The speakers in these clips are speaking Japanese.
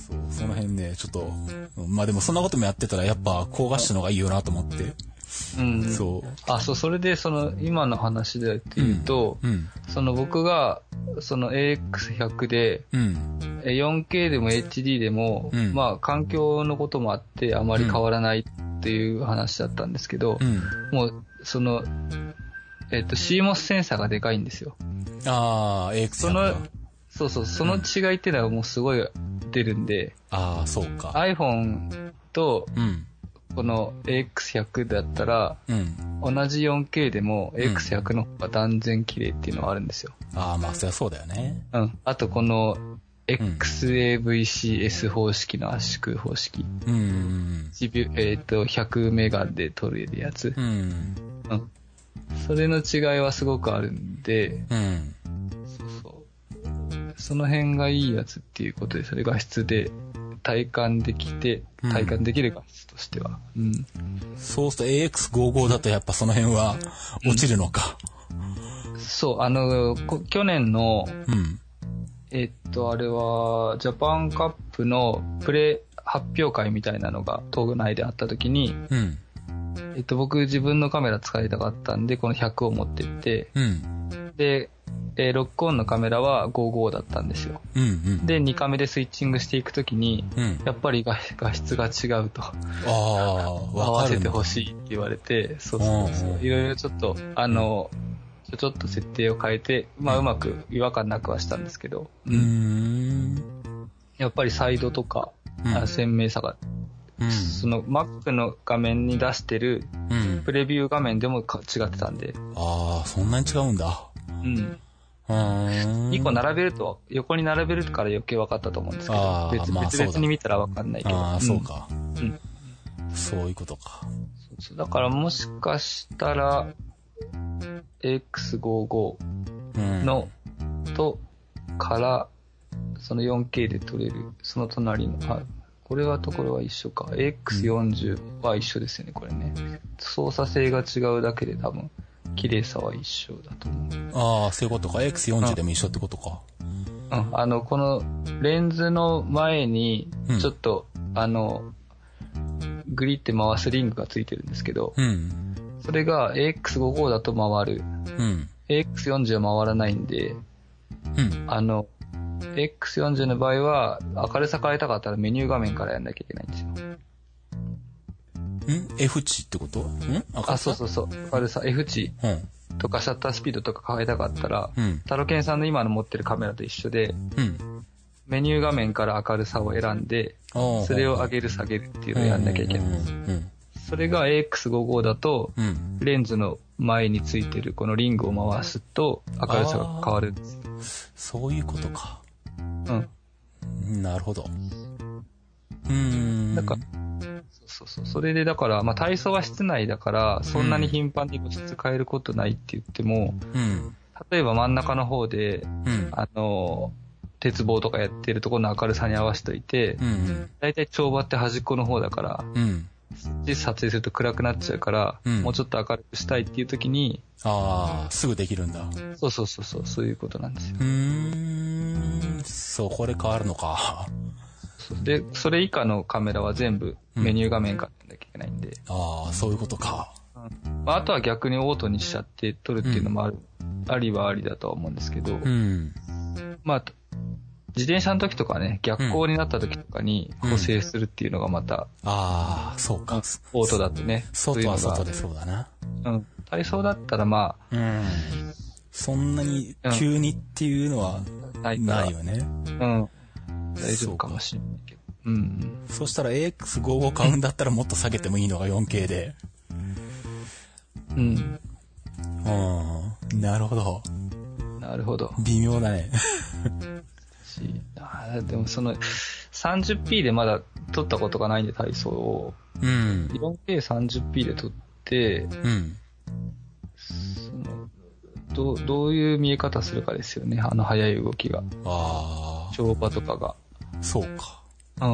そう、その辺ね、ちょっと、まあでもそんなこともやってたらやっぱ高画質の方がいいよなと思って。 うん。 そう。 あ、そう、それで今の話でっていうと、僕が、AX100 で、4K でも HD でも、まあ環境のこともあってあまり変わらないっていう話だったんですけど、もう、CMOS センサーがでかいんですよ。 ああ、AX100 そう、その違いっていうのはもうすごい出るんで、 ああ、そうか。 iPhone と、この AX100 だったら、同じ 4K でも AX100 の方が断然綺麗っていうのはあるんですよ。 ああ、まあそりゃそうだよね。 あとこの XAVCS 方式の圧縮方式。100メガで撮れるやつ。それの違いはすごくあるんで、その辺がいいやつっていうことで、それ画質で体感できる画質としては。 そうすると AX55 だとやっぱその辺は落ちるのか。 そう、去年の、あれは、ジャパンカップのプレ発表会みたいなのが都内であった時に、僕自分のカメラ使いたかったんで、この100を持ってって、で、ロックオンのカメラは55だったんですよ。で、2カメでスイッチングしていくときに、やっぱり画質が違うと。合わせてほしいって言われて、いろいろちょっと、ちょっと設定を変えて、まあうまく違和感なくはしたんですけど、やっぱりサイドとか、鮮明さが、その Mac の画面に出してるプレビュー画面でも違ってたんで。 ああ、そんなに違うんだ。 2個並べると、横に並べるから余計分かったと思うんですけど、別々に見たら分かんないけど。 ああ、そうか。そういうことか。 だからもしかしたら、X55 のとから、その 4K で撮れる、その隣の、これはところは一緒か。X40 は一緒ですよね、これね。操作性が違うだけで多分、綺麗さは一緒だと思う。 ああ、そういうことか。X40 でも一緒ってことか。 このレンズの前に、ちょっと、グリって回すリングがついてるんですけど、それが AX55 だと回る。AX40 は回らないんで、X40 の場合は、明るさ変えたかったらメニュー画面からやんなきゃいけないんですよ。 F 値ってこと？ そう。明るさ、F 値とかシャッタースピードとか変えたかったら、タロケンさんの今の持ってるカメラと一緒で、メニュー画面から明るさを選んで、それを上げる下げるっていうのをやんなきゃいけない。それが AX55 だと、レンズの前についてるこのリングを回すと明るさが変わるんですよ。 そういうことか。なるほど。 だから、それでだから、まあ体操は室内だから、そんなに頻繁に露出変えることないって言っても、例えば真ん中の方で、鉄棒とかやってるところの明るさに合わせといて、だいたい帳場って端っこの方だから、撮影すると暗くなっちゃうから、もうちょっと明るくしたいっていう時に、 すぐできるんだ。 そういうことなんですそよ。 こで変わるのか。 で、それ以下のカメラは全部メニュー画面からやんなきゃいけないんで。 そういうことか。 あとは逆にオートにしちゃって撮るっていうのもありはありだとは思うんですけど、まあ、自転車の時とかね、逆光になった時とかに補正するっていうのがまた、 そうか。 オートだとね。 外は外でそうだな。 体操だったらまあ、 そんなに急にっていうのはないよね。 大丈夫かもしれないけど。 そしたら AX55 買うんだったらもっと下げてもいいのが 4K で。なるほど。 なるほど。 微妙だね。 でも30p でまだ撮ったことがないんで体操を、4K30p で撮って、どういう見え方するかですよね、速い動きが。跳馬とかが。 そうか。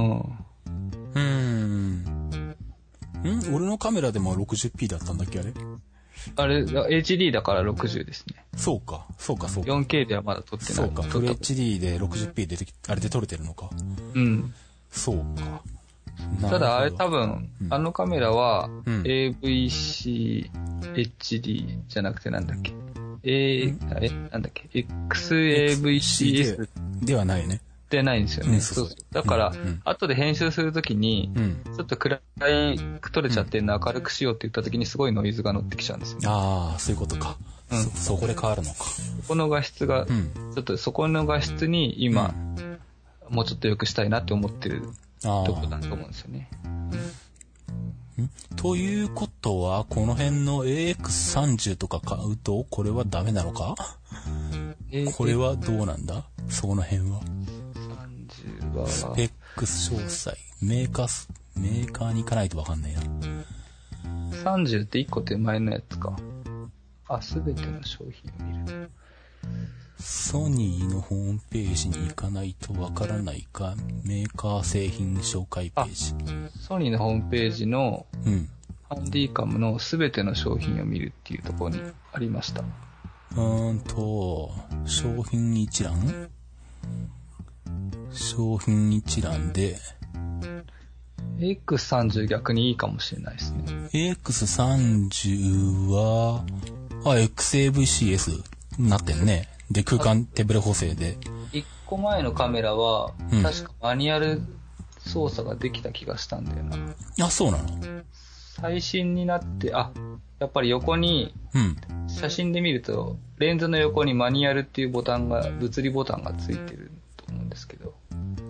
俺のカメラでも 60p だったんだっけ、あれ？ あれ、HD だから60ですね。 そうか。 4K ではまだ撮ってない。 そうか。フル HD で 60p で、あれで撮れてるのか。 そうか。 ただあれ多分、あのカメラは AVC HD じゃなくてなんだっけ、なんだっけ XAVCS ではないね。 でないんですよね。そうだから、後で編集するときに、ちょっと暗く撮れちゃって明るくしようって言ったときにすごいノイズが乗ってきちゃうんですよね。 ああ、そういうことか。そこで変わるのか。 そこの画質が、ちょっとそこの画質に今、もうちょっと良くしたいなって思ってるとこだと思うんですよね。 ということは、この辺の AX30 とか買うと、これはダメなのか？これはどうなんだ？そこの辺は。 30は。 スペックス詳細。メーカーに行かないとわかんないな。 30って1個手前のやつか。すべての商品を見る。 ソニーのホームページに行かないとわからないか、メーカー製品紹介ページ。 ソニーのホームページの、ハンディカムのすべての商品を見るっていうところにありました。 商品一覧？商品一覧で、 AX30 逆にいいかもしれないですね。 AX30 は、XAVCS になってんね。で、空間手ブレ補正で。 1個前のカメラは、確かマニュアル操作ができた気がしたんだよな。 そうなの？ 最新になって、やっぱり横に、写真で見ると、レンズの横にマニュアルっていう物理ボタンがついてると思うんですけど。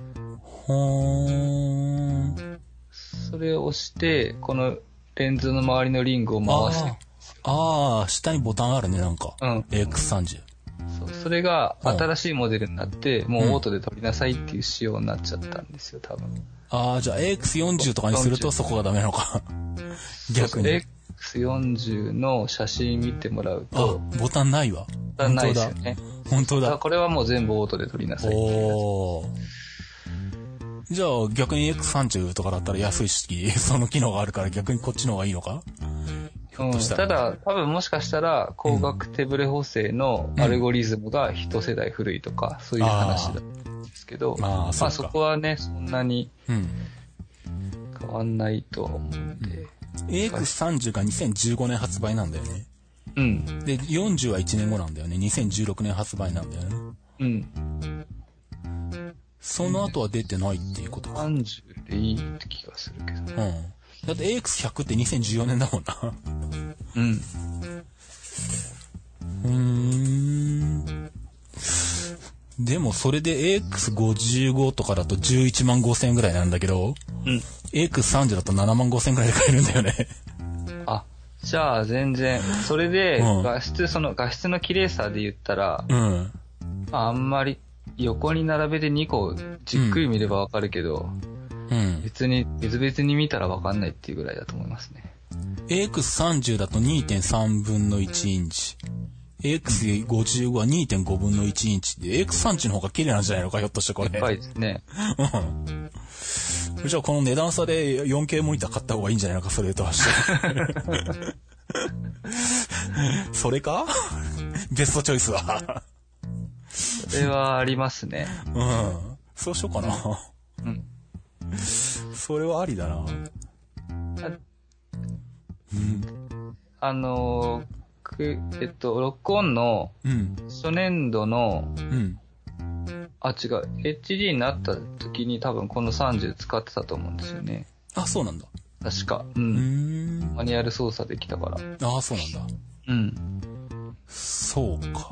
それを押して、このレンズの周りのリングを回して。 下にボタンあるね、なんか。AX30。 それが新しいモデルになって、もうオートで撮りなさいっていう仕様になっちゃったんですよ、多分。 じゃあ AX40 とかにするとそこがダメなのか。逆に。 AX40 の写真見てもらうと。 ボタンないわ。 ボタンないですよね。 本当だ。 これはもう全部オートで撮りなさいっていうやつ。じゃあ逆に X30 とかだったら安いし、その機能があるから逆にこっちの方がいいのか？ ただ、多分もしかしたら、光学手ブレ補正のアルゴリズムが一世代古いとか、そういう話だったんですけど、そこはね、そんなに変わんないと思うんで。 AX30 が2015年発売なんだよね。で、40は1年後なんだよね。2016年発売なんだよね。その後は出てないっていうことか。 30でいいって気がするけど。 だって AX100 って2014年だもんな。でもそれで AX55 とかだと11万5千円ぐらいなんだけど、AX30 だと7万5千円ぐらいで買えるんだよね。 じゃあ全然、それで画質の綺麗さで言ったら、あんまり横に並べて2個じっくり見ればわかるけど、別々に見たらわかんないっていうぐらいだと思いますね。 AX30 だと 2.3 分の1インチ。AX55 は 2.5 分の1インチで、AX30 の方が綺麗なんじゃないのか、ひょっとしてこれ。 でかいですね。 じゃあこの値段差で 4K モニター買った方がいいんじゃないのか、それとはして。それか？ベストチョイスは。 それはありますね。 そうしようかな。それはありだな。 ロックオンの初年度の、HD になった時に多分この30使ってたと思うんですよね。 そうなんだ。 確か。マニュアル操作できたから。 そうなんだ。そうか。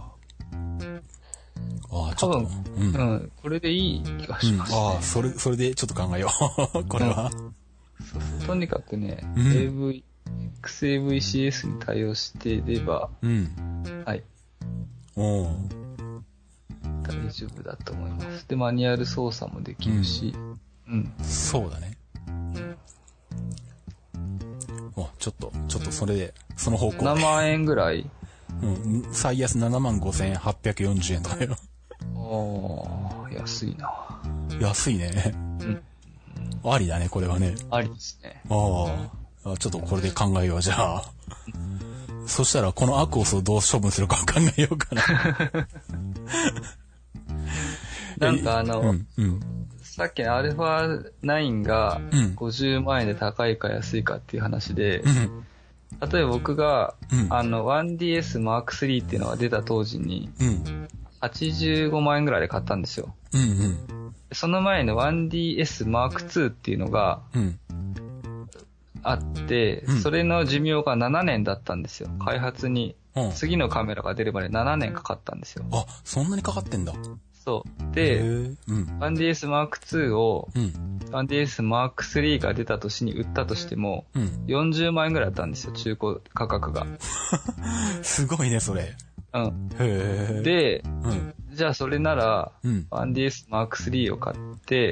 ちょっと。 これでいい気がしますね。 それでちょっと考えよう。これは。 とにかくね、XAVCS に対応していれば、はい。大丈夫だと思います。で、マニュアル操作もできるし、 そうだね。ちょっとそれで、その方向で。 7万円ぐらい？ 最安75,840円とかよ。 安いな。 安いね。ありだね、これはね。 ありですね。 ちょっとこれで考えよう、じゃあ。そしたら、このアクオスをどう処分するか考えようかな。 なんかさっきの α9 が50万円で高いか安いかっていう話で、例えば僕が、1DS Mark III っていうのが出た当時に、85万円ぐらいで買ったんですよ。その前の 1DS Mark II っていうのが、あって、それの寿命が7年だったんですよ。開発に、次のカメラが出るまで7年かかったんですよ。 あ、そんなにかかってんだ。 そう。で、1DS Mark II を、1DS Mark III が出た年に売ったとしても、40万円ぐらいだったんですよ、中古価格が。 すごいね、それ。 で、じゃあそれなら、1DS Mark III を買って、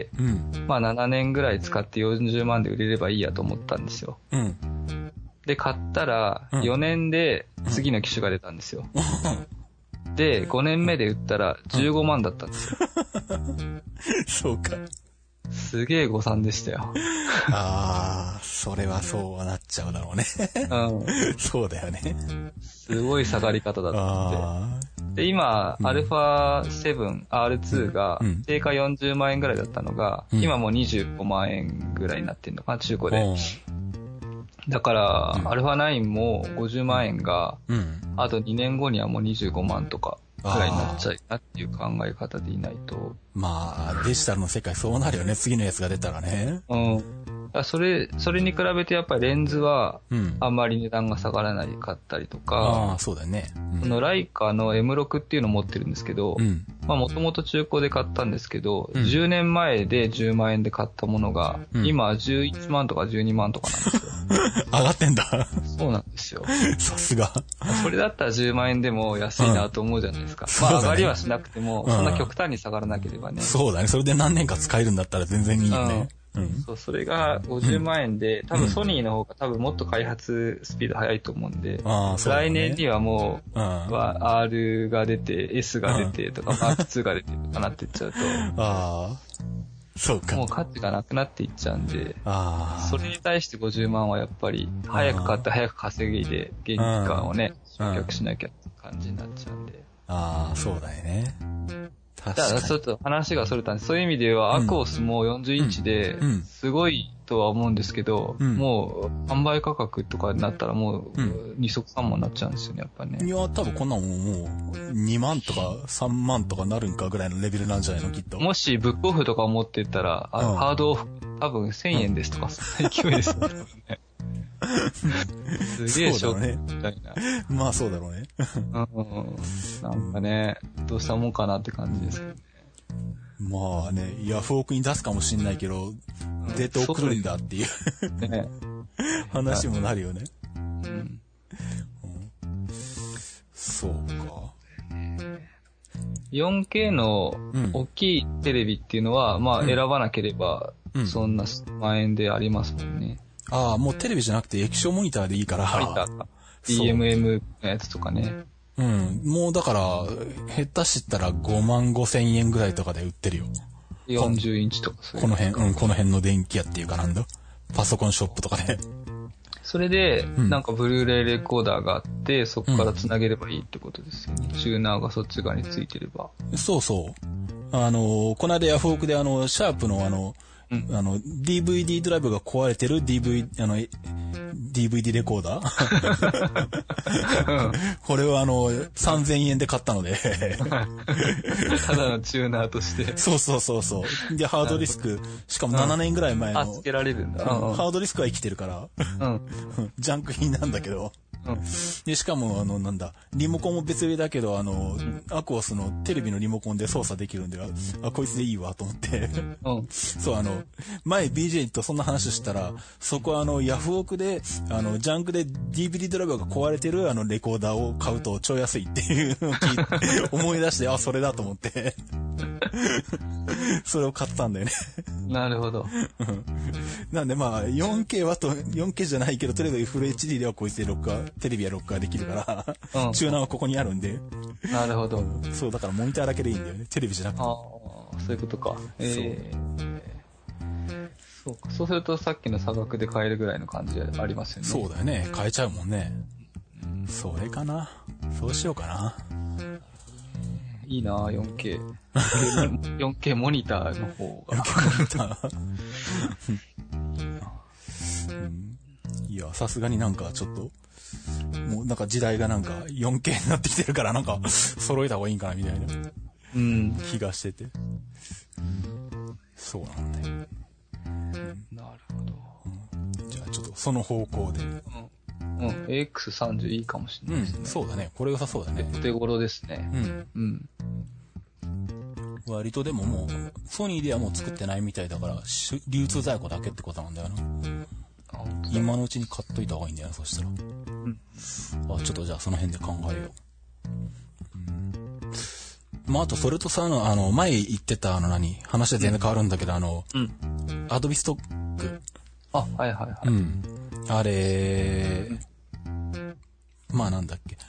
まあ7年ぐらい使って40万で売れればいいやと思ったんですよ。で、買ったら、4年で次の機種が出たんですよ。で、5年目で売ったら15万だったんですよ。 そうか。 すげえ誤算でしたよ。 ああ、それはそうなっちゃうだろうね。そうだよね。 すごい下がり方だったって。で、今、α7、R2 が定価40万円ぐらいだったのが、今もう25万円ぐらいになってるのかな、中古で。だから、α9 も50万円が、あと2年後にはもう25万とかぐらいになっちゃうなっていう考え方でいないと。 まあ、デジタルの世界そうなるよね。次のやつが出たらね。 それに比べてやっぱりレンズは、あんまり値段が下がらないかったりとか、 そうだね。 このライカの M6 っていうのを持ってるんですけど、まあもともと中古で買ったんですけど、10年前で10万円で買ったものが、今11万とか12万とかなんですよ。 上がってんだ。 そうなんですよ。 さすが。 それだったら10万円でも安いなと思うじゃないですか。まあ上がりはしなくても、そんな極端に下がらなければね。 そうだね。それで何年か使えるんだったら全然いいよね。 そう、それが50万円で、多分ソニーの方が多分もっと開発スピード速いと思うんで、来年にはもう、R が出て、S が出てとか、Mark II が出てとかなっていっちゃうと、 そうか。 もう価値がなくなっていっちゃうんで、それに対して50万はやっぱり、早く買って早く稼ぎで、現金感をね、集客しなきゃって感じになっちゃうんで。 そうだよね。 だからちょっと話がそれたんです。そういう意味では、アクオスも40インチで、すごいとは思うんですけど、もう、販売価格とかになったらもう、二足三万になっちゃうんですよね、やっぱね。 いや、多分こんなもんもう、2万とか3万とかなるんかぐらいのレベルなんじゃないの、きっと。 もし、ブックオフとか持ってったら、ハードオフ、多分1000円ですとか、そんな勢いですよね。すげえショックみたいな。 まあそうだろうね。 なんかね、どうしたもんかなって感じですけどね。 まあね、ヤフオクに出すかもしんないけど、出て送るんだっていう話もなるよね。そうか。 4K の大きいテレビっていうのは、まあ選ばなければ、そんな万円でありますもんね。 もうテレビじゃなくて液晶モニターでいいから。 モニターか。DMM のやつとかね。 もうだから、下手したら5万5千円ぐらいとかで売ってるよ。 40インチとかそういう。 この辺の電気屋っていうかなんだ。パソコンショップとかで。 それで、なんかブルーレイレコーダーがあって、そこから繋げればいいってことですよね。チューナーがそっち側についてれば。 そうそう。この間ヤフオクでシャープのDVD ドライブが壊れてる DVD レコーダーこれは3000円で買ったのでただのチューナーとして。 そう。で、ハードディスク、しかも7年ぐらい前の。 つけられるんだ。 ハードディスクは生きてるから、ジャンク品なんだけど。で、しかも、リモコンも別売りだけど、アクオスのテレビのリモコンで操作できるんで、こいつでいいわ、と思って。そう、前 BJ とそんな話したら、そこはヤフオクで、ジャンクで DVD ドライバーが壊れてるレコーダーを買うと超安いっていうのを聞いて、思い出して、それだと思って。それを買ったんだよね。 なるほど。 なんでまあ、4K じゃないけど、とりあえずフル HD ではこいつでテレビは録画できるから、チューナーはここにあるんで。 なるほど。 そう、だからモニターだけでいいんだよね。テレビじゃなくて。 そういうことか。そうか。そうするとさっきの差額で買えるぐらいの感じありますよね。 そうだよね。買えちゃうもんね。それかな。そうしようかな。 いいな 4K。4K モニターの方が。 4K モニター。いや、さすがになんかちょっと、もうなんか時代がなんか 4K になってきてるからなんか揃えた方がいいんかなみたいな気がしてて。そうなんだよ。 なるほど。 じゃあちょっとその方向で。 AX30 いいかもしれないですね。 そうだね。これ良さそうだね。 お手頃ですね。 割とでももう、ソニーではもう作ってないみたいだから、流通在庫だけってことなんだよな。今のうちに買っといた方がいいんだよな、そしたら。ちょっとじゃあその辺で考えよう。まあ、あとそれとさ、前言ってた話は全然変わるんだけど、アドビストック。 はいはいはい。 あれ、まあなんだっけ。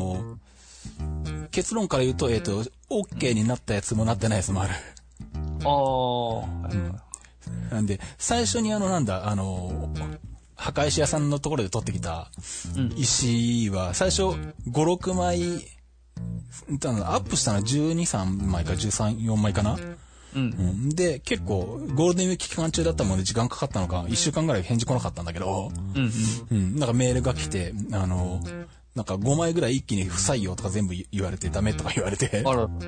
結論から言うと、OK になったやつもなってないやつもある。なんで、最初に墓石屋さんのところで取ってきた石は、最初5、6枚、アップしたのは12、3枚か13、4枚かな。で、結構、ゴールデンウィーク期間中だったもんで時間かかったのか、1週間ぐらい返事来なかったんだけど、なんかメールが来て、なんか5枚ぐらい一気に不採用とか全部言われてダメとか言われて。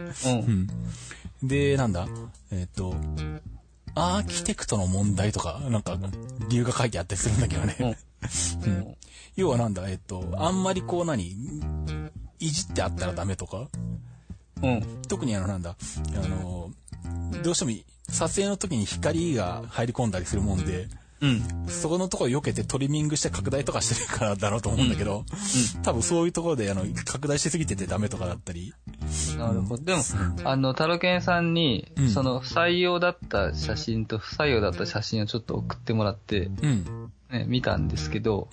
で、なんだ、アーキテクトの問題とか、なんか、理由が書いてあったりするんだけどね。要はなんだ、あんまりこういじってあったらダメとか。特になんだ、どうしても撮影の時に光が入り込んだりするもんで、そこのところ避けてトリミングして拡大とかしてるからだろうと思うんだけど、多分そういうところで拡大しすぎててダメとかだったり。 なるほど。でも、タロケンさんに、その不採用だった写真と不採用だった写真をちょっと送ってもらって、見たんですけど、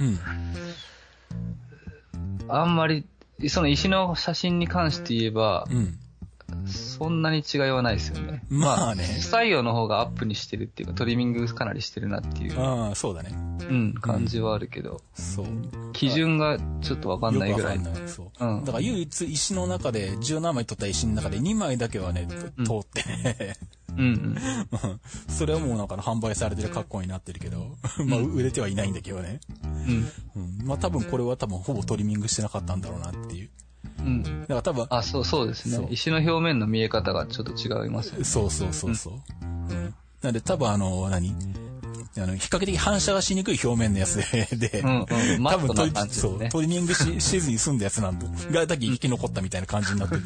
あんまり、その石の写真に関して言えば、そんなに違いはないですよね。 まあね。 不採用の方がアップにしてるっていうか、トリミングかなりしてるなっていう。 そうだね。 感じはあるけど。 そう。 基準がちょっとわかんないぐらい。 よくわかんない。そう。だから唯一石の中で、17枚取った石の中で2枚だけはね、通ってね。それはもうなんか販売されてる格好になってるけど、まあ売れてはいないんだけどね。まあ多分これはほぼトリミングしてなかったんだろうなっていう。だから多分。 そうですね。石の表面の見え方がちょっと違いますよね。 そう。なんで多分比較的反射がしにくい表面のやつで、 多分トリミングしずに済んだやつなんがだけ生き残ったみたいな感じになってる。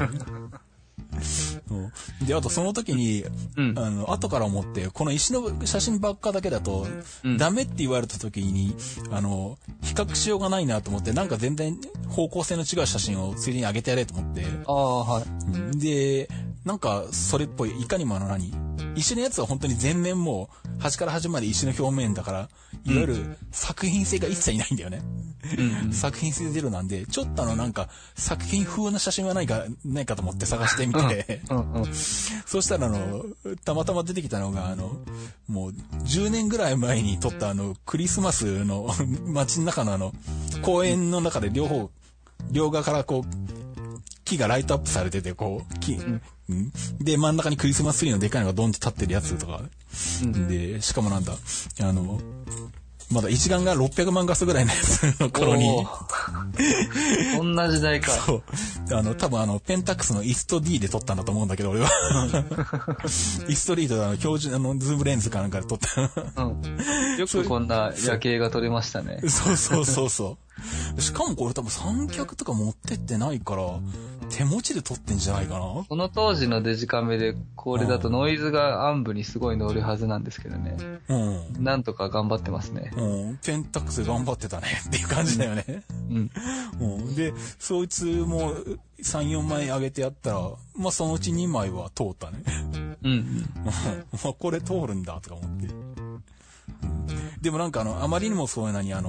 で、あとその時に、後から思って、この石の写真ばっかだけだと、ダメって言われた時に、比較しようがないなと思って、なんか全然方向性の違う写真をついでに上げてやれと思って。で、なんかそれっぽい、いかにも石のやつは本当に全面もう、端から端まで石の表面だから、いわゆる作品性が一切ないんだよね。作品性ゼロなんで、ちょっとなんか、作品風な写真はないかと思って探してみて、そしたらたまたま出てきたのが、もう10年ぐらい前に撮ったクリスマスの街の中の公園の中で両側からこう、木がライトアップされてて、こう、で、真ん中にクリスマスツリーのでかいのがドンって立ってるやつとか、で、しかもなんだ、まだ一眼が600万画素ぐらいのやつの頃に。 そんな時代か。 そう。多分ペンタックスのイスト D で撮ったんだと思うんだけど、俺は。イストリート標準ズームレンズかなんかで撮った。 よくこんな夜景が撮れましたね。 そう。しかもこれ多分三脚とか持ってってないから、手持ちで撮ってんじゃないかな。 その当時のデジカメで、これだとノイズが暗部にすごい乗るはずなんですけどね。なんとか頑張ってますね。 ペンタックス頑張ってたねっていう感じだよね。で、そいつも3、4枚上げてやったら、まあそのうち2枚は通ったね。まあこれ通るんだとか思って。でもなんかあまりにもそういう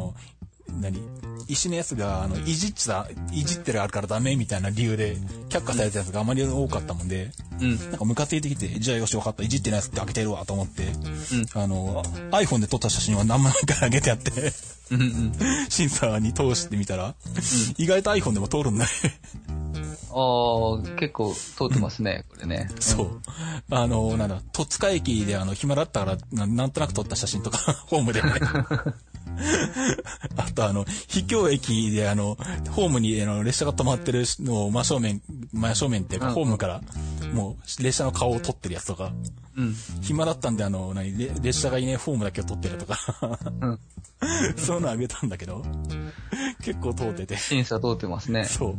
石のやつが、いじってるあるからダメみたいな理由で、却下されたやつがあまり多かったもんで、なんかムカついてきて、じゃあよし分かった、いじってないやつって開けてるわと思って、iPhone で撮った写真は何枚か上げてあって、審査に通してみたら、意外と iPhone でも通るんだね。 結構通ってますね、これね。 そう。なんだ、戸塚駅で暇だったからなんとなく撮った写真とか、ホームでね。あと秘境駅でホームに列車が止まってるのを真正面っていうか、ホームから、もう列車の顔を撮ってるやつとか。うん。暇だったんで列車がいねえホームだけを撮ってるとか。うん。そういうのあげたんだけど、結構通ってて。 審査通ってますね。 そう。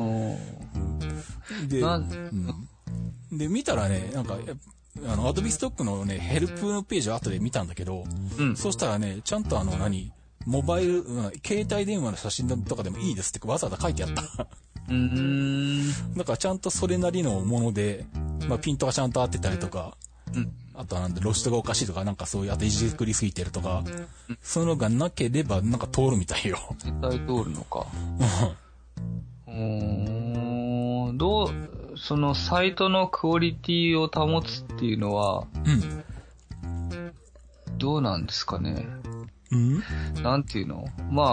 で、で、見たらね、なんか、アドビストックのね、ヘルプのページを後で見たんだけど、そうしたらね、ちゃんとモバイル、携帯電話の写真とかでもいいですってわざわざ書いてあった。だからちゃんとそれなりのもので、ピントがちゃんと合ってたりとか、あとは露出がおかしいとか、なんかそういう、あといじくりすぎてるとか、そういうのがなければ、なんか通るみたいよ。 絶対通るのか。そのサイトのクオリティを保つっていうのは、どうなんですかね。なんていうの？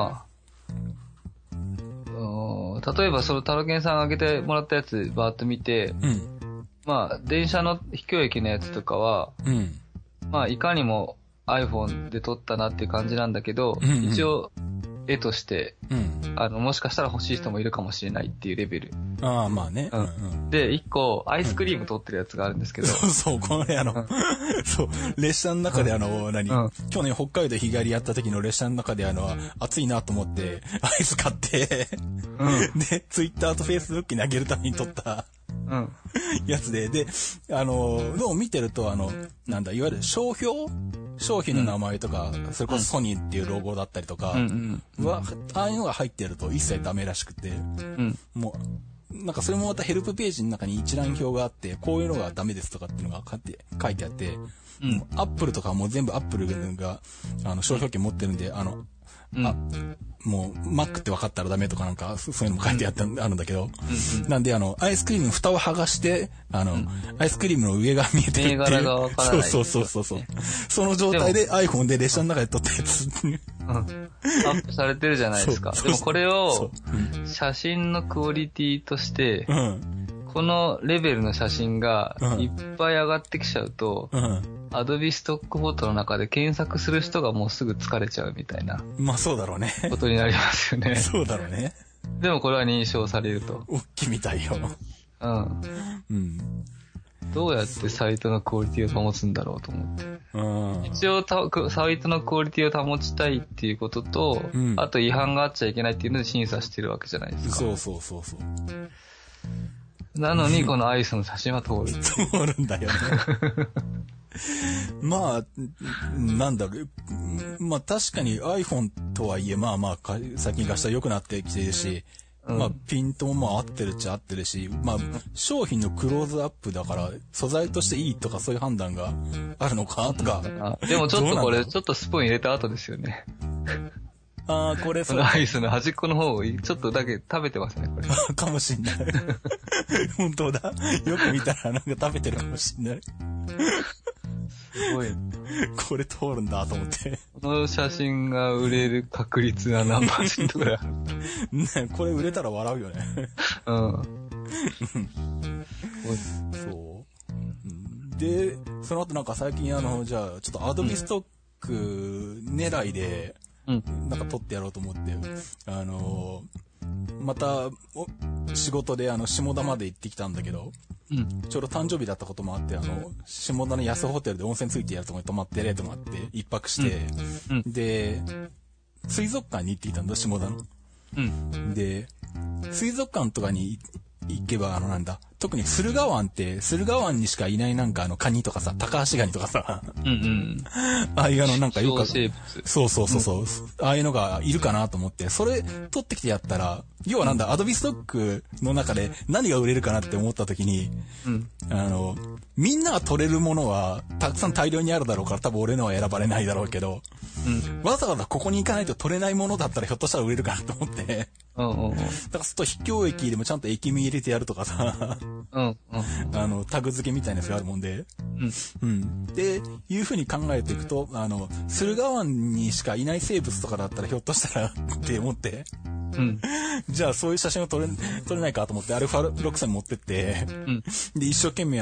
例えばタロケンさんが上げてもらったやつバーッと見て、電車の秘境駅のやつとかは、いかにも iPhone で撮ったなっていう感じなんだけど、一応、絵として、もしかしたら欲しい人もいるかもしれないっていうレベル。 ああ、まあね。 で、一個、アイスクリーム撮ってるやつがあるんですけど。 そう、このね、そう、列車の中で去年北海道日帰りやった時の列車の中で暑いなと思って、アイス買って、で、ツイッターとフェイスブックに上げるために撮った、やつで、どうも見てると、なんだ、いわゆる商品の名前とか、それこそソニーっていうロゴだったりとか、ああいうのが入ってると一切ダメらしくて、もう、なんかそれもまたヘルプページの中に一覧表があって、こういうのがダメですとかっていうのが書いてあって、アップルとかも全部アップルが、商標権持ってるんで、もう、Mac って分かったらダメとかなんか、そういうのも書いてあるんだけど、なんで、アイスクリームの蓋を剥がして、アイスクリームの上が見えてるっていう。 銘柄が分からない。 そう。その状態で iPhone で列車の中で撮ったやつ。 アップされてるじゃないですか。でもこれを、写真のクオリティとして、このレベルの写真がいっぱい上がってきちゃうと、Adobe ストックフォトの中で検索する人がもうすぐ疲れちゃうみたいな。 まあそうだろうね。 ことになりますよね。 そうだろうね。 でもこれは認証されると。 大きいみたいよ。 どうやってサイトのクオリティを保つんだろうと思って。一応サイトのクオリティを保ちたいっていうことと、あと違反があっちゃいけないっていうので審査してるわけじゃないですか。 そう。 なのにこのアイスの写真は通る。 通るんだよね。まあ、なんだろう。まあ確かに iPhone とはいえ、最近画質は良くなってきてるし、ピントも合ってるっちゃ合ってるし、商品のクローズアップだから、素材としていいとかそういう判断があるのかとか。 でもちょっとこれ、ちょっとスプーン入れた後ですよね。 これそう。アイスの端っこの方をちょっとだけ食べてますね、これ。 かもしんない。本当だ。よく見たらなんか食べてるかもしんない。 すごい。 これ通るんだと思って。 この写真が売れる確率は何%ぐらいある？ ね、これ売れたら笑うよね。そう。で、その後なんか最近じゃあ、ちょっとアドビストック狙いで、なんか撮ってやろうと思って、また、仕事で下田まで行ってきたんだけど、ちょうど誕生日だったこともあって、下田の安ホテルで温泉ついてやるとこに泊まってやれと思って一泊して、で、水族館に行ってきたんだ、下田の。で、水族館とかに行けば、特に駿河湾にしかいないなんかカニとかさ、タカアシガニとかさ、ああいうなんかよく、そう。ああいうのがいるかなと思って、それ取ってきてやったら、要はアドビストックの中で何が売れるかなって思った時に、みんなが取れるものはたくさん大量にあるだろうから多分俺のは選ばれないだろうけど、わざわざここに行かないと取れないものだったらひょっとしたら売れるかなと思って、だからすっと秘境駅でもちゃんと駅名入れてやるとかさ、タグ付けみたいなやつがあるもんで、で、いう風に考えていくと、駿河湾にしかいない生物とかだったらひょっとしたらって思って、 じゃあそういう写真を撮れないかと思ってアルファ6線持ってって、で、一生懸命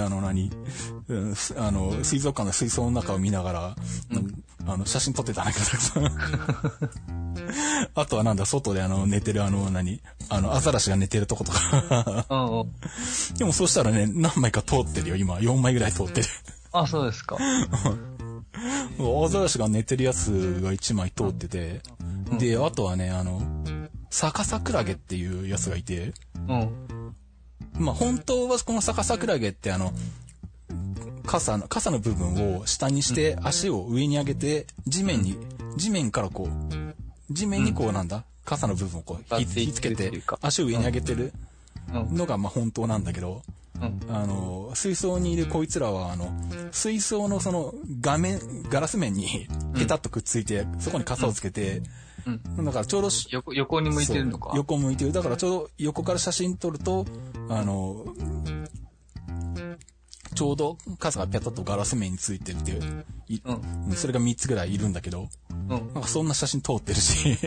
水族館の水槽の中を見ながら、写真撮ってたんだけど、たくさん。あとは外で寝てるアザラシが寝てるとことか。でもそうしたらね、何枚か通ってるよ、今。4枚ぐらい通ってる。 あ、そうですか。 アザラシが寝てるやつが1枚通ってて、で、あとはね、サカサクラゲっていうやつがいて、まあ本当はこのサカサクラゲって傘の部分を下にして足を上に上げて地面に傘の部分をこうひっつけて足を上に上げてるのがまあ本当なんだけど、水槽にいるこいつらは水槽のそのガラス面にペタッとくっついて、そこに傘をつけて、だからちょうど横に向いてるのか。 横向いてる。だからちょうど横から写真撮るとちょうど傘がペタッとガラス面についてるっていう、それが3つぐらいいるんだけど、なんかそんな写真撮ってるし。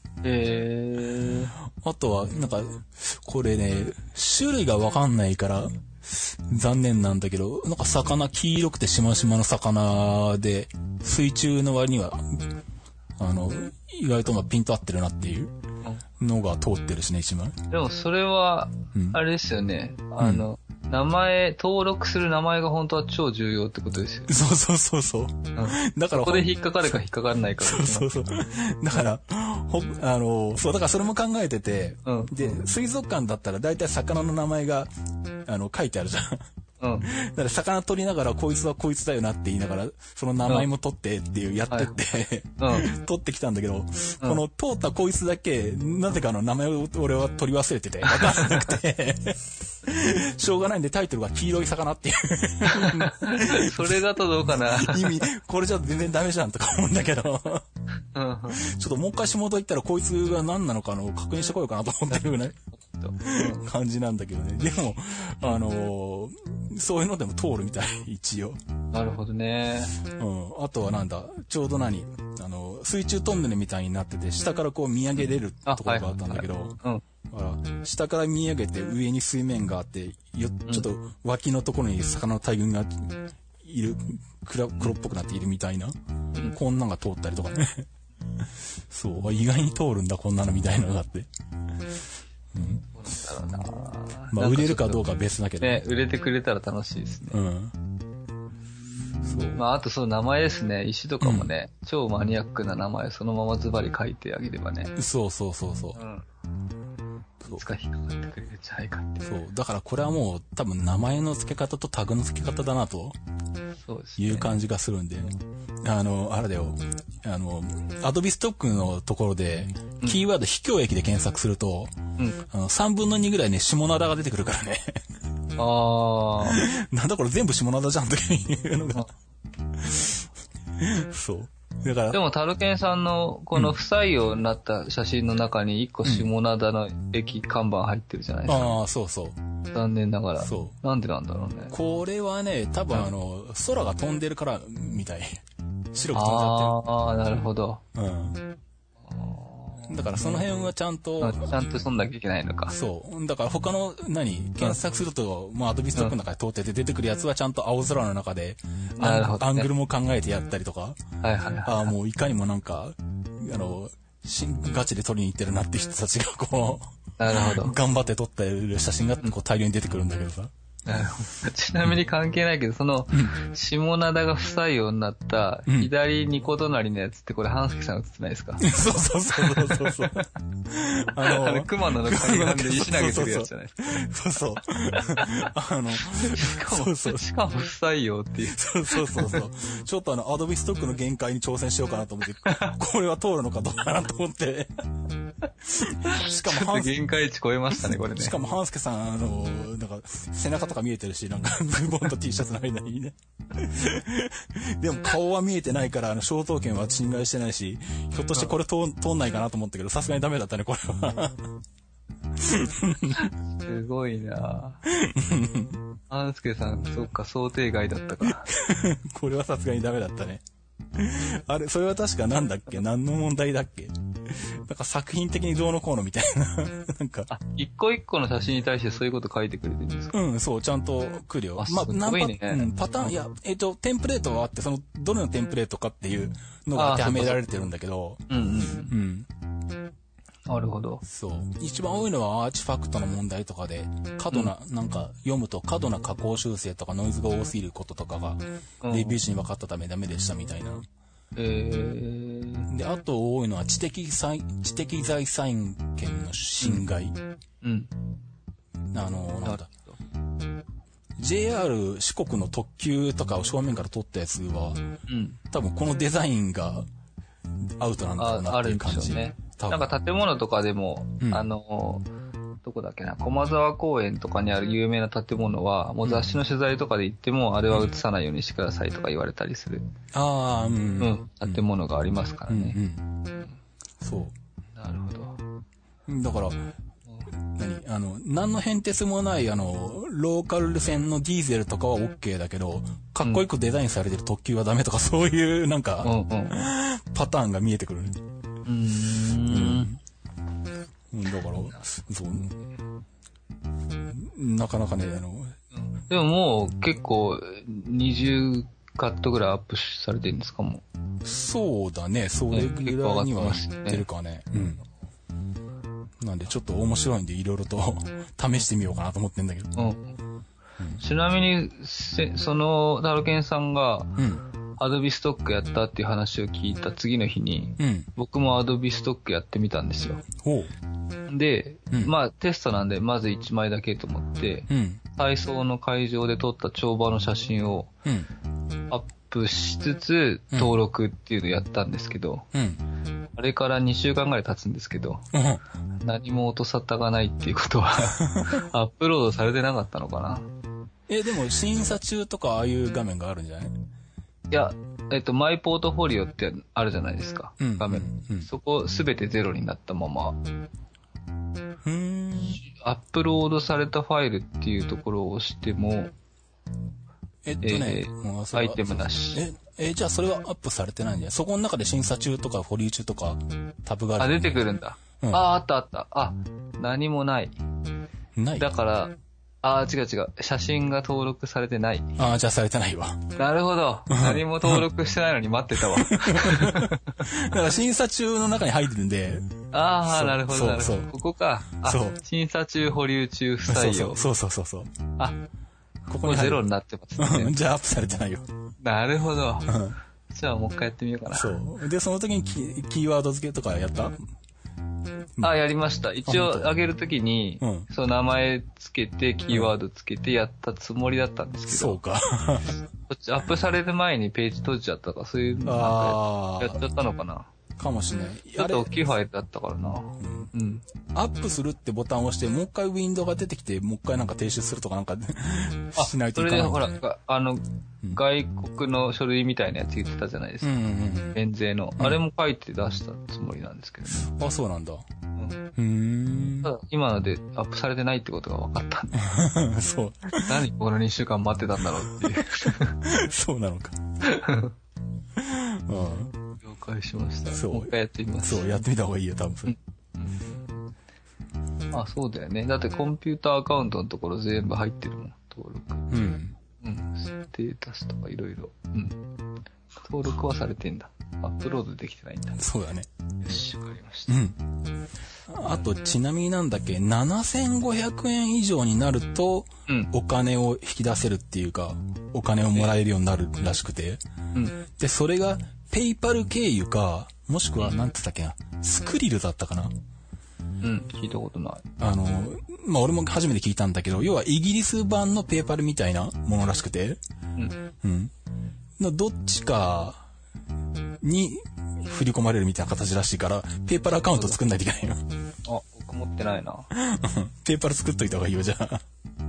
あとはこれね、種類がわかんないから残念なんだけど、魚、黄色くてしましまの魚で、水中の割には意外とピンと合ってるなっていうのが通ってるしね、一枚。 でもそれはあれですよね、登録する名前が本当は超重要ってことですよね。 そう。だからここで引っかかるか引っかからないか。 そう。だからだからそれも考えてて、で、水族館だったら大体魚の名前が書いてあるじゃん。だから魚取りながらこいつはこいつだよなって言いながらその名前も取ってっていうやってって、取ってきたんだけど、この通ったこいつだけなぜか名前を俺は取り忘れてて分かんなくてしょうがないんでタイトルは黄色い魚っていうそれだとどうかな意味、これじゃ全然ダメじゃんとか思うんだけどちょっともう一回下戸行ったらこいつが何なのか確認してこようかなと思ってるぐらい感じなんだけどね。でもそういうのでも通るみたい、一応。 なるほどね。 あとはちょうど水中トンネルみたいになってて、下からこう見上げれるところがあったんだけど、下から見上げて上に水面があって、ちょっと脇のところに魚の大群がいる、黒っぽくなっているみたいな、こんなんが通ったりとかね。そう、意外に通るんだ、こんなのみたいなのがあって。まあ売れるかどうかは別だけどね、売れてくれたら楽しいですね。そう。まああとその名前ですね、石とかもね、超マニアックな名前そのままズバリ書いてあげればね。 そう。 いつか引っかかってくれるんじゃないかって。 そう。だからこれはもう多分名前の付け方とタグの付け方だなという感じがするんで、あれだよ。アドビストックのところで、キーワード秘境駅で検索すると、3分の2ぐらいね、下灘が出てくるからね。なんだこれ全部下灘じゃんというのが。そう。だから。 でも、タルケンさんのこの不採用になった写真の中に1個下灘の駅看板入ってるじゃないですか。 そう。 残念ながら。そう。なんでなんだろうね。 これはね、多分空が飛んでるからみたい。白く飛んじゃってる。 なるほど。 だからその辺はちゃんとそんなきゃいけないのか。 そう。だから他の検索すると、まあアドビストックの中で通ってて出てくるやつはちゃんと青空の中で、アングルも考えてやったりとか。もういかにもガチで撮りに行ってるなって人たちがこう、 なるほど。 頑張って撮ってる写真がこう大量に出てくるんだけどさ。 ちなみに関係ないけど、その、下灘が不採用になった、左2個隣のやつってこれ、半助さん映ってないですか？ そう。 熊野の海岸で石投げてるやつじゃないですか。 そう。 しかも不採用っていう。 そう。ちょっとアドビストックの限界に挑戦しようかなと思って、これは通るのかどうかなと思って。しかも限界値超えましたね、これね。 しかも半助さん、背中とか見えてるし、ズボンと T シャツの間にね。でも顔は見えてないから、肖像権は侵害してないし、ひょっとしてこれ通んないかなと思ったけど、さすがにダメだったね、これは。 すごいなぁ。半助さん、そっか、想定外だったか。 これはさすがにダメだったね。あれ、それは確かなんだっけ？何の問題だっけ？ なんか作品的にどうのこうのみたいな。なんか。 一個一個の写真に対してそういうこと書いてくれてるんですか？ うん、そう、ちゃんと来るよ。 すごいね。 パターン、いや、テンプレートはあって、どのテンプレートかっていうのが当てはめられてるんだけど。 うん。なるほど。 そう。一番多いのはアーチファクトの問題とかで、なんか読むと過度な加工修正とかノイズが多すぎることとかが、レビュー時に分かったためダメでしたみたいな。で、あと多いのは知的財産権の侵害。なんだ。JR 四国の特急とかを正面から撮ったやつは、多分このデザインがアウトなんだろうなっていう感じ。 あるんでしょうね。なんか建物とかでも、どこだっけな、駒沢公園とかにある有名な建物は、もう雑誌の取材とかで行っても、あれは映さないようにしてくださいとか言われたりする。建物がありますからね。 そう。 なるほど。 だから、何の変哲もない、ローカル線のディーゼルとかは OK だけど、かっこよくデザインされてる特急はダメとか、そういう、なんか、パターンが見えてくる。だから、そう。なかなかね、 でももう結構20カットぐらいアップされてるんですかもう。そうだね、それぐらいには知ってるかね。なんでちょっと面白いんでいろいろと試してみようかなと思ってんだけど。 ちなみに、タロケンさんが、アドビストックやったっていう話を聞いた次の日に、僕もアドビストックやってみたんですよ。で、まあテストなんでまず1枚だけと思って、体操の会場で撮った跳馬の写真をアップしつつ登録っていうのをやったんですけど、あれから2週間ぐらい経つんですけど、何も音沙汰がないっていうことはアップロードされてなかったのかな。 でも審査中とかああいう画面があるんじゃない？ いや、マイポートフォリオってあるじゃないですか、画面。そこすべてゼロになったまま、アップロードされたファイルっていうところを押しても、アイテムなし。 じゃあそれはアップされてないんじゃない？そこの中で審査中とか保留中とかタブがある。 出てくるんだ。あった。何もない。 ない。 だから、違う。写真が登録されてない。 じゃあされてないわ。 なるほど。何も登録してないのに待ってたわ。 だから審査中の中に入ってるんで。 なるほど。ここか。審査中、保留中、不採用。 そう。 ここにゼロになってますね。 じゃあアップされてないよ。 なるほど。じゃあもう一回やってみようかな。 そう。で、その時にキーワード付けとかやった？ やりました。一応上げるときに、名前つけて、キーワードつけてやったつもりだったんですけど。 そうか。 こっちアップされる前にページ閉じちゃったか、そういうのやっちゃったのかな。 かもしれない。 ちょっと大きいファイルだったからな。 アップするってボタンを押して、もう一回ウィンドウが出てきて、もう一回なんか停止するとかなんかしないといけない。 それでほら、外国の書類みたいなやつ言ってたじゃないですか。免税の。あれも書いて出したつもりなんですけどね。 そうなんだ。 ただ、今のでアップされてないってことが分かったんで。 そう。 何この2週間待ってたんだろうっていう。 そうなのか。 了解しました。 そう。 もう一回やってみます。 そう、やってみた方がいいよ、多分。 そうだよね。だってコンピューターアカウントのところ全部入ってるもん、登録。ステータスとかいろいろ。登録はされてんだ。アップロードできてないんだ。 そうだね。 よし、わかりました。 あと、ちなみになんだっけ、7500円以上になると、お金を引き出せるっていうか、お金をもらえるようになるらしくて。で、それが、ペイパル経由か、もしくは、なんて言ったっけな、スクリルだったかな。 聞いたことない。 俺も初めて聞いたんだけど、要はイギリス版のペイパルみたいなものらしくて、どっちかに振り込まれるみたいな形らしいから、ペイパルアカウント作んないといけないよ。 僕持ってないな。 ペイパル作っといた方がいいよ、じゃあ。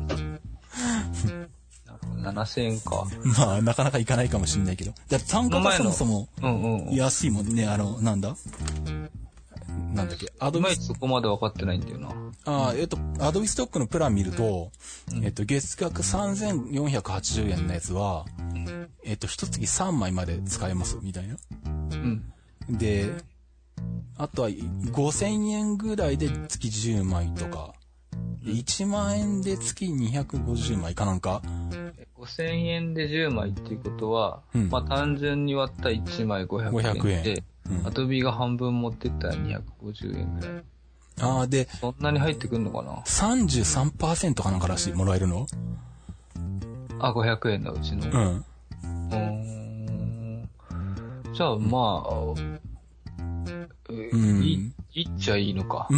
7000円か。 なかなかいかないかもしれないけど。だって単価がそもそも安いもんね、なんだっけ、 アドビスそこまで分かってないんだよな。 アドビストックのプラン見ると、月額3480円のやつは、一月3枚まで使えます、みたいな。で、 あとは5000円ぐらいで月10枚とか、1万円で月250枚かなんか。 5000円で10枚っていうことは、まあ単純に割った1枚500円で、アドビが半分持ってったら250円ぐらい。 ああ、で、 そんなに入ってくんのかな？ 33% かなんからしい、もらえるの？ あ、500円のうちの。じゃあ、まあ、いっちゃいいのか。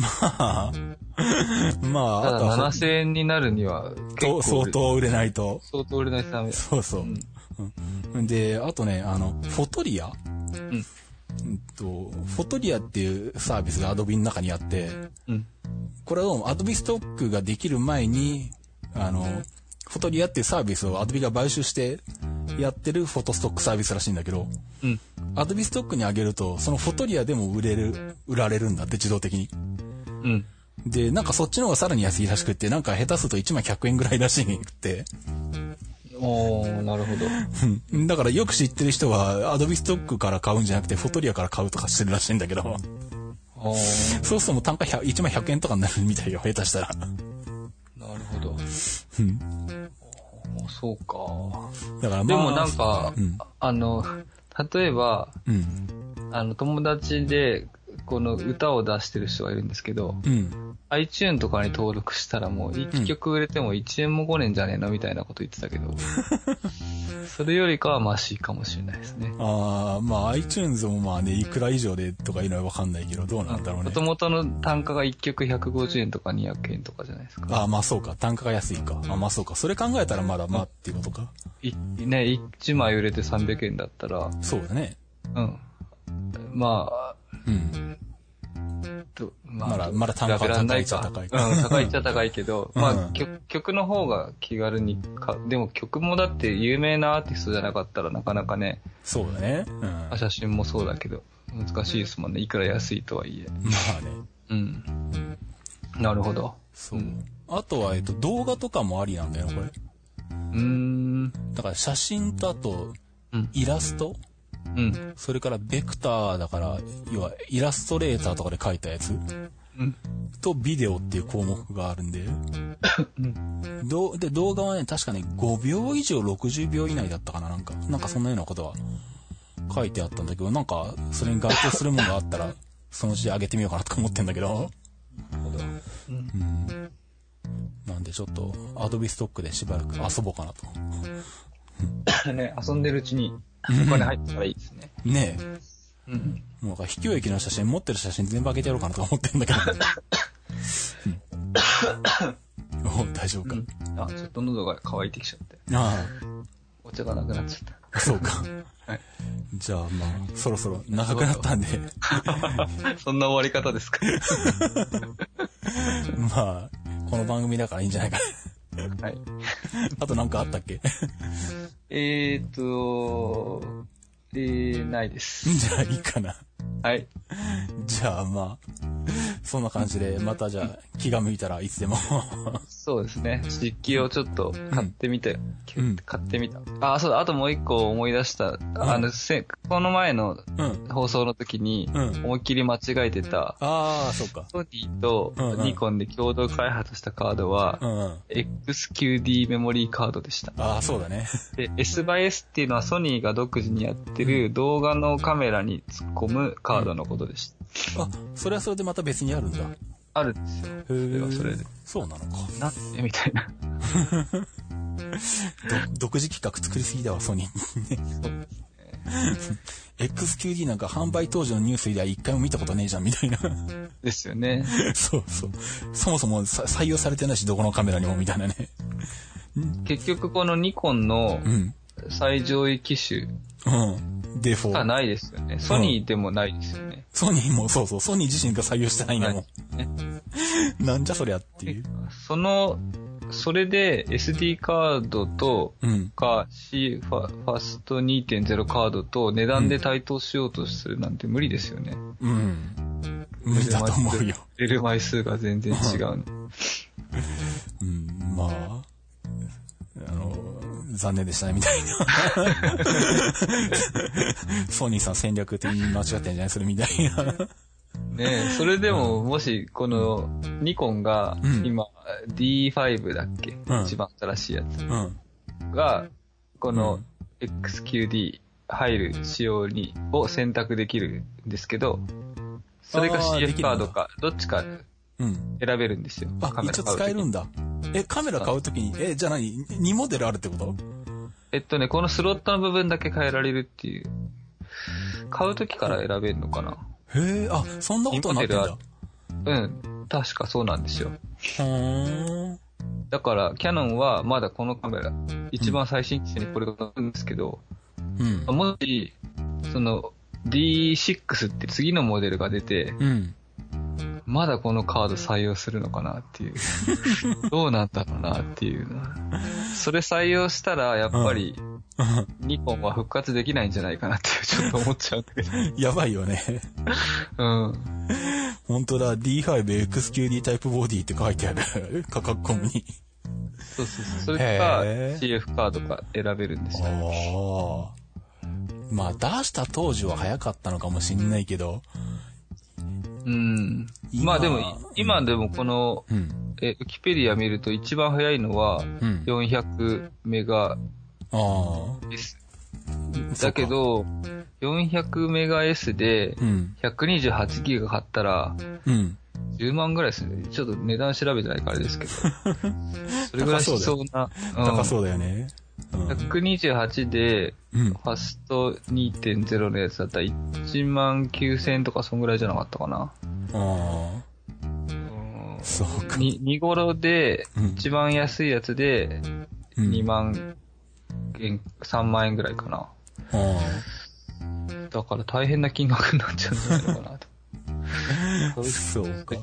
まあ、 ただ7000円になるには結構相当売れないと。 相当売れないとダメだ。 そうそう。で、あとね、フォトリア、フォトリアっていうサービスが Adobe の中にあって、これを Adobe ストックができる前に、フォトリアっていうサービスを Adobe が買収してやってるフォトストックサービスらしいんだけど、Adobe ストックに上げると、そのフォトリアでも売られるんだって、自動的に。で、なんかそっちの方がさらに安いらしくって、なんか下手すると1枚100円ぐらいらしくって。 なるほど。 だからよく知ってる人は、Adobe ストックから買うんじゃなくて、フォトリアから買うとかしてるらしいんだけど。そうするともう単価1枚100円とかになるみたいよ、下手したら。 なるほど。そうか。 だからでもなんか、例えば、友達で、この歌を出してる人がいるんですけど、iTunes とかに登録したらもう1曲売れても1円も5年じゃねえのみたいなこと言ってたけど、それよりかはマシかもしれないですね。 まあ iTunes もまあね、いくら以上でとかいうのはわかんないけど、どうなんだろうね。 元々の単価が1曲150円とか200円とかじゃないですか。 まあそうか、単価が安いか。まあそうか、それ考えたらまだまあっていうことか。 1枚売れて300円だったら。 そうだね。 まあ、 まだ単価は高いっちゃ高い。 高いっちゃ高いけど、まあ曲の方が気軽にでも曲もだって有名なアーティストじゃなかったらなかなかね。 そうだね。 写真もそうだけど、難しいですもんね。いくら安いとはいえ。 まあね。 なるほど。 そう。あとは、動画とかもありなんだよ、これ。だから写真とあと、イラスト、それからベクターだから、要はイラストレーターとかで描いたやつ、とビデオっていう項目があるんで、で動画はね、確かね、5秒以上60秒以内だったかな、なんかそんなようなことは書いてあったんだけど、なんかそれに該当するものがあったら、そのうち上げてみようかなとか思ってんだけど、なんでちょっとアドビストックでしばらく遊ぼうかなと。 ね、遊んでるうちにお金入ったらいいですね。 ねえ。もう秘境駅の写真、持ってる写真全部開けてやろうかなと思ってんだけど。大丈夫か。 ちょっと喉が渇いてきちゃって。お茶がなくなっちゃった。 そうか。じゃあまあ、そろそろ長くなったんで。 そんな終わり方ですか？ まあ、この番組だからいいんじゃないか。 はい。 あとなんかあったっけ？ ないです。 じゃあいいかな。 はい。 じゃあまあ、そんな感じで、またじゃあ気が向いたらいつでも。 そうですね。実機をちょっと買ってみて、買ってみた。そうだ、あともう一個思い出した。この前の放送の時に、思いっきり間違えてた、 そうか。 ソニーとニコンで共同開発したカードは、XQD メモリーカードでした。 そうだね。 で、S/S っていうのはソニーが独自にやってる動画のカメラに突っ込むカードのことでした。 それはそれでまた別にあるんだ。 あるんですよ。それはそれで。 そうなのか。 なんでみたいな。 独自企画作りすぎだわ、ソニー。XQD なんか販売当時のニュースでは一回も見たことねえじゃんみたいな。 ですよね。 そうそう。そもそも採用されてないし、どこのカメラにもみたいなね。 結局このニコンの最上位機種しかないですよね。ソニーでもないですよね。 ソニーもそうそう、ソニー自身が採用してないんだもん。なんじゃそりゃっていう。 それで SD カードとC ファスト 2.0 カードと値段で対等しようとするなんて無理ですよね。 無理だと思うよ。 入れる枚数が全然違う。 まあ、残念でしたね、みたいな。ソニーさん戦略的に間違ってんじゃないそれみたいな。 ねえ、それでも、もし、この、ニコンが、今、D5 だっけ、一番新しいやつ。が、この、XQD 入る仕様を選択できるんですけど、それが CF カードか、どっちか選べるんですよ。 カメラ買うとき。一応使えるんだ。カメラ買うときに、じゃあ何 ?2 モデルあるってこと？ このスロットの部分だけ変えられるっていう。買うときから選べるのかな？ へえ、そんなことになってんだ。 うん、確かそうなんですよ。だから、キヤノンはまだこのカメラ、一番最新機種にこれが乗るんですけど、もし、その、D6 って次のモデルが出て、まだこのカード採用するのかなっていう。どうなんだろうなっていうの。それ採用したら、やっぱり、ニコンは復活できないんじゃないかなってちょっと思っちゃうんだけど。 やばいよね。本当だ、D5XQD タイプボディって書いてある。価格コムに。 そう。それか、CF カードか選べるんですよ。 まあ、出した当時は早かったのかもしんないけど。 まあでも、今でもこの、ウィキペディア見ると一番早いのは、400メガです。だけど、400メガ S で、128ギガ買ったら、10万ぐらいする。ちょっと値段調べてないからあれですけど。それぐらいしそうな。 高そうだよね。 128で、ファスト 2.0 のやつだったら1万9000円とかそんぐらいじゃなかったかな。 そうか。 2頃で、一番安いやつで、2万円、3万円ぐらいかな。だから大変な金額になっちゃうんじゃないのかなと。 そうか。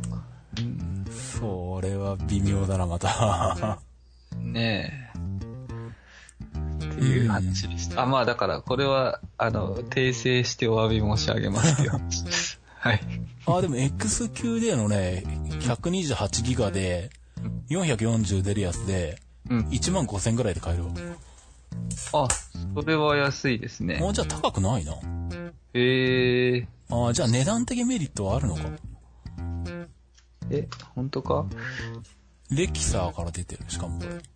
それは微妙だな、また。 ねえ。っていう話でした。まあだからこれは、訂正してお詫び申し上げますよ。はい。 でも XQD のね、128ギガで、440出るやつで、1万5000ぐらいで買えるわ。 それは安いですね。 じゃあ高くないな。じゃあ値段的メリットはあるのか。 本当か？ レキサーから出てる、しかもこれ。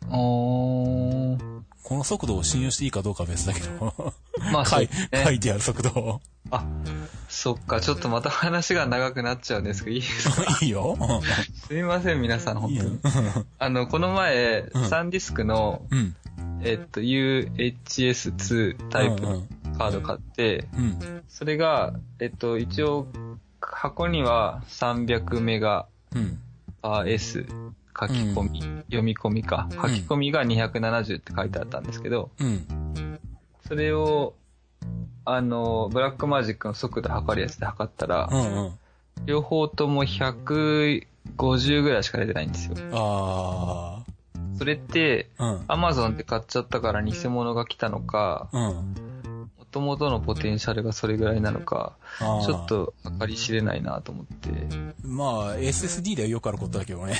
この速度を信用していいかどうかは別だけど。まあ、書いてある速度を。 そっか、ちょっとまた話が長くなっちゃうんですけど、いいですか？ いいよ。 すみません、皆さん、本当に。この前、サンディスクの、UHS2 タイプのカード買って、それが、一応、箱には300メガ S 書き込み、読み込みか。書き込みが270って書いてあったんですけど、それを、ブラックマジックの速度測るやつで測ったら、両方とも150ぐらいしか出てないんですよ。それって、Amazon で買っちゃったから偽物が来たのか、元々のポテンシャルがそれぐらいなのか、ちょっと計り知れないなと思って。 まあ、SSD ではよくあることだけどね。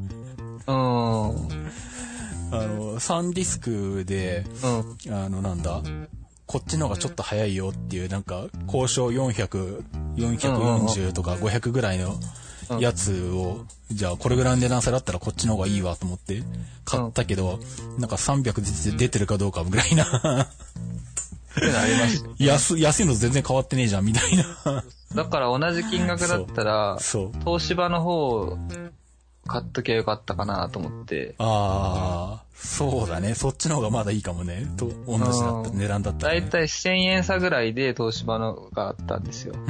サンディスクで、なんだ、こっちの方がちょっと早いよっていう、なんか、交渉400、440とか500ぐらいのやつを、じゃあこれぐらいの値段差だったらこっちの方がいいわと思って買ったけど、なんか300出てるかどうかぐらいな。安いのと全然変わってねえじゃんみたいな。 だから同じ金額だったら、東芝の方買っときゃよかったかなと思って。 そうだね。そっちの方がまだいいかもね。同じだった値段だったら、ね。 だいたい1000円差ぐらいで東芝のがあったんですよ。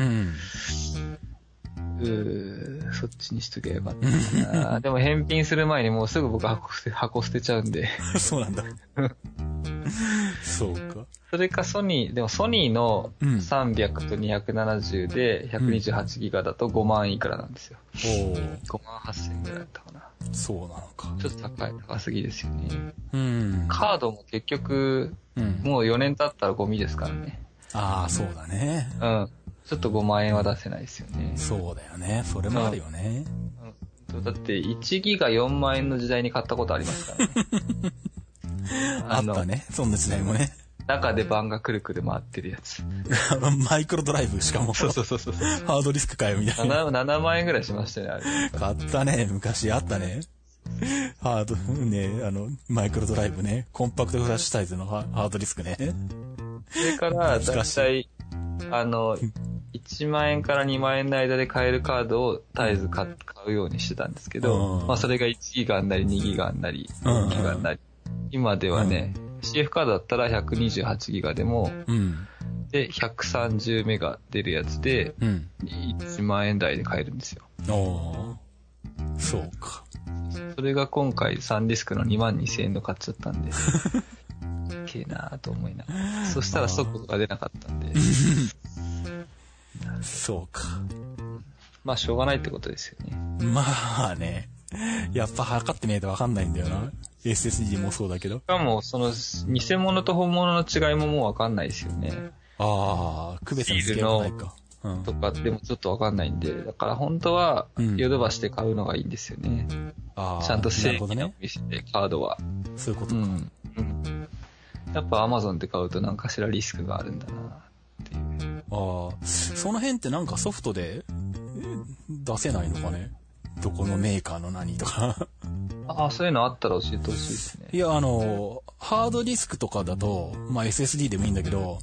そっちにしときゃよかったな。でも返品する前にもうすぐ僕箱捨てちゃうんで。 そうなんだ。そうか。 それかソニーの300と270で128ギガだと5万いくらなんですよ。5万8000ぐらいだったかな。 そうなのか。 ちょっと高すぎですよね。カードも結局、もう4年経ったらゴミですからね。 そうだね。 ちょっと5万円は出せないですよね。 そうだよね。それもあるよね。 だって1ギガ4万円の時代に買ったことありますからね。 あったね。そんな時代もね。 中で盤がくるくる回ってるやつ。 マイクロドライブしかも。 そう。 ハードディスクかよ、みたいな。 7万円ぐらいしましたね、あれ。 買ったね、昔あったね。ハード、ね、マイクロドライブね。コンパクトフラッシュサイズのハードディスクね。 それから、だいたい、1万円から2万円の間で買えるカードを絶えず買うようにしてたんですけど、まあそれが1ギガになり、2ギガになり、4ギガになり、今ではね、CF カードだったら128ギガでも、で、130メガ出るやつで、1万円台で買えるんですよ。 そうか。 それが今回サンディスクの22,000円の買っちゃったんで、けえなぁと思いながら。そしたら速度が出なかったんで。 そうか。 まあしょうがないってことですよね。 まあね。やっぱ測ってみないとわかんないんだよな。SSD もそうだけど。しかも、その、偽物と本物の違いももうわかんないですよね。 区別つけられないか。 とかでもちょっとわかんないんで、だから本当は、ヨドバシで買うのがいいんですよね。ちゃんと正規の店で、カードは。 そういうことか。 やっぱ Amazon で買うと何かしらリスクがあるんだなっていう。 その辺ってなんかソフトで出せないのかね？どこのメーカーの何とか。 そういうのあったら教えてほしいですね。 いや、ハードディスクとかだと、まあ SSD でもいいんだけど、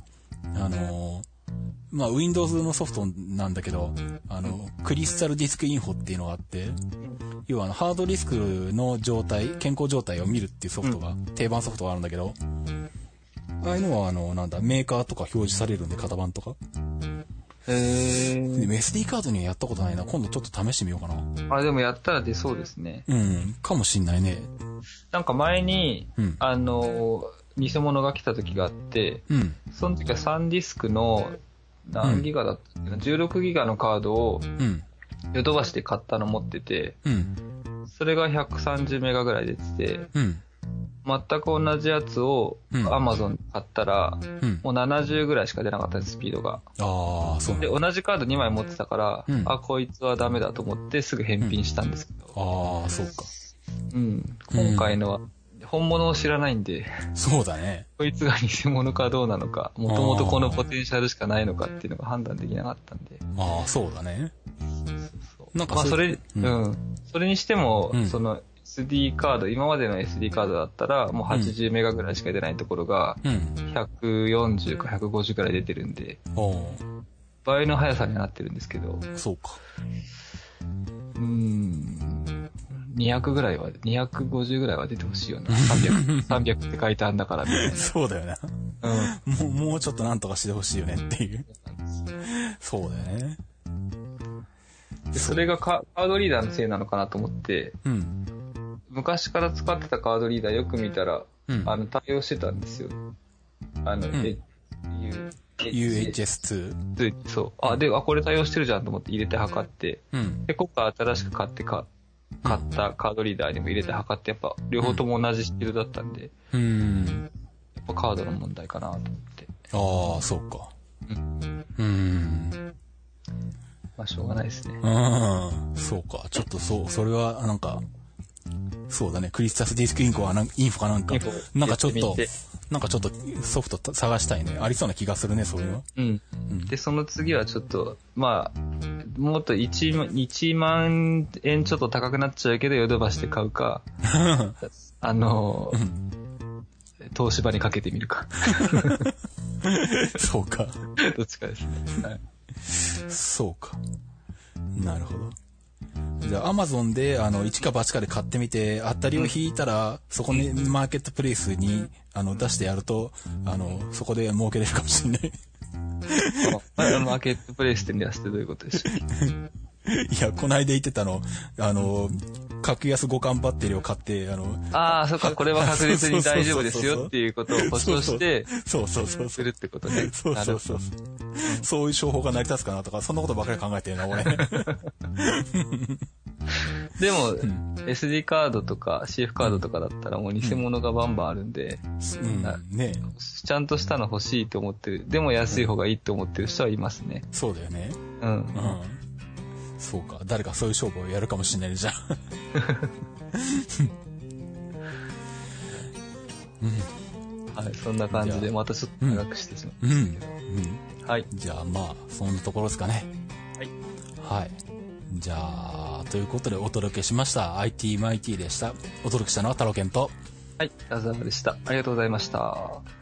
まあ Windows のソフトなんだけど、クリスタルディスクインフォっていうのがあって、要はハードディスクの状態、健康状態を見るっていうソフトが、定番ソフトがあるんだけど、ああいうのはメーカーとか表示されるんで、型番とか。でも SD カードにはやったことないな。今度ちょっと試してみようかな。 でもやったら出そうですね。 かもしんないね。 なんか前に、偽物が来た時があって、その時はサンディスクの何ギガだったっけな、16ギガのカードを、ヨドバシで買ったの持ってて、それが130メガぐらい出てて、全く同じやつを Amazon で買ったら、もう70ぐらいしか出なかったです、スピードが。 そうで、同じカード2枚持ってたから、こいつはダメだと思ってすぐ返品したんですけど。 そうか。 今回のは、本物を知らないんで。 そうだね。 こいつが偽物かどうなのか、もともとこのポテンシャルしかないのかっていうのが判断できなかったんで。 そうだね。 なんかそれにしても、その、SD カード、今までの SD カードだったら、もう80メガぐらいしか出ないところが、140か150ぐらい出てるんで、倍の速さになってるんですけど、 そうか。 200ぐらいは、250ぐらいは出てほしいよな。300って書いてあるんだからみたいな。 そうだよな。もうちょっとなんとかしてほしいよねっていう。そうだよね。 でそれがカードリーダーのせいなのかなと思って、昔から使ってたカードリーダーよく見たら、対応してたんですよ。 UHS2? そう。で、これ対応してるじゃんと思って入れて測って、で、今回新しく買ったカードリーダーにも入れて測って、やっぱ両方とも同じスピードだったんで、やっぱカードの問題かなと思って。 そうか。 まあ、しょうがないですね。 そうか。ちょっとそれはなんか、そうだね。クリスタスディスクインフォかなんかちょっとソフト探したいね。ありそうな気がするね、そういうの。 で、その次はちょっと、まあ、もっと1万円ちょっと高くなっちゃうけど、ヨドバシで買うか、東芝にかけてみるか。 そうか。 どっちかですね。 そうか。なるほど。じゃあ、Amazon で、一か八かで買ってみて、当たりを引いたら、そこにマーケットプレイスに、出してやると、そこで儲けれるかもしれない。 マーケットプレイスって出してどういうことでしょう？ いや、こないで言ってたの、格安互換バッテリーを買って、 そうか、これは確実に大丈夫ですよっていうことを保証して、するってことね。 そういう商法が成り立つかなとか、そんなことばかり考えてるな、俺。 でも、SD カードとか CF カードとかだったらもう偽物がバンバンあるんで、 ね、 ちゃんとしたの欲しいと思ってる。でも安い方がいいと思ってる人はいますね。 そうだよね。そうか。誰かそういう勝負をやるかもしれないじゃん。 はい、そんな感じで、またちょっと長くしてしまいましたけど。はい。 じゃあまあ、そんなところですかね。 はい。 はい。じゃあ、ということでお届けしました。IT マイティでした。お届けしたのはタロケンと。 はい、ラザーでした。ありがとうございました。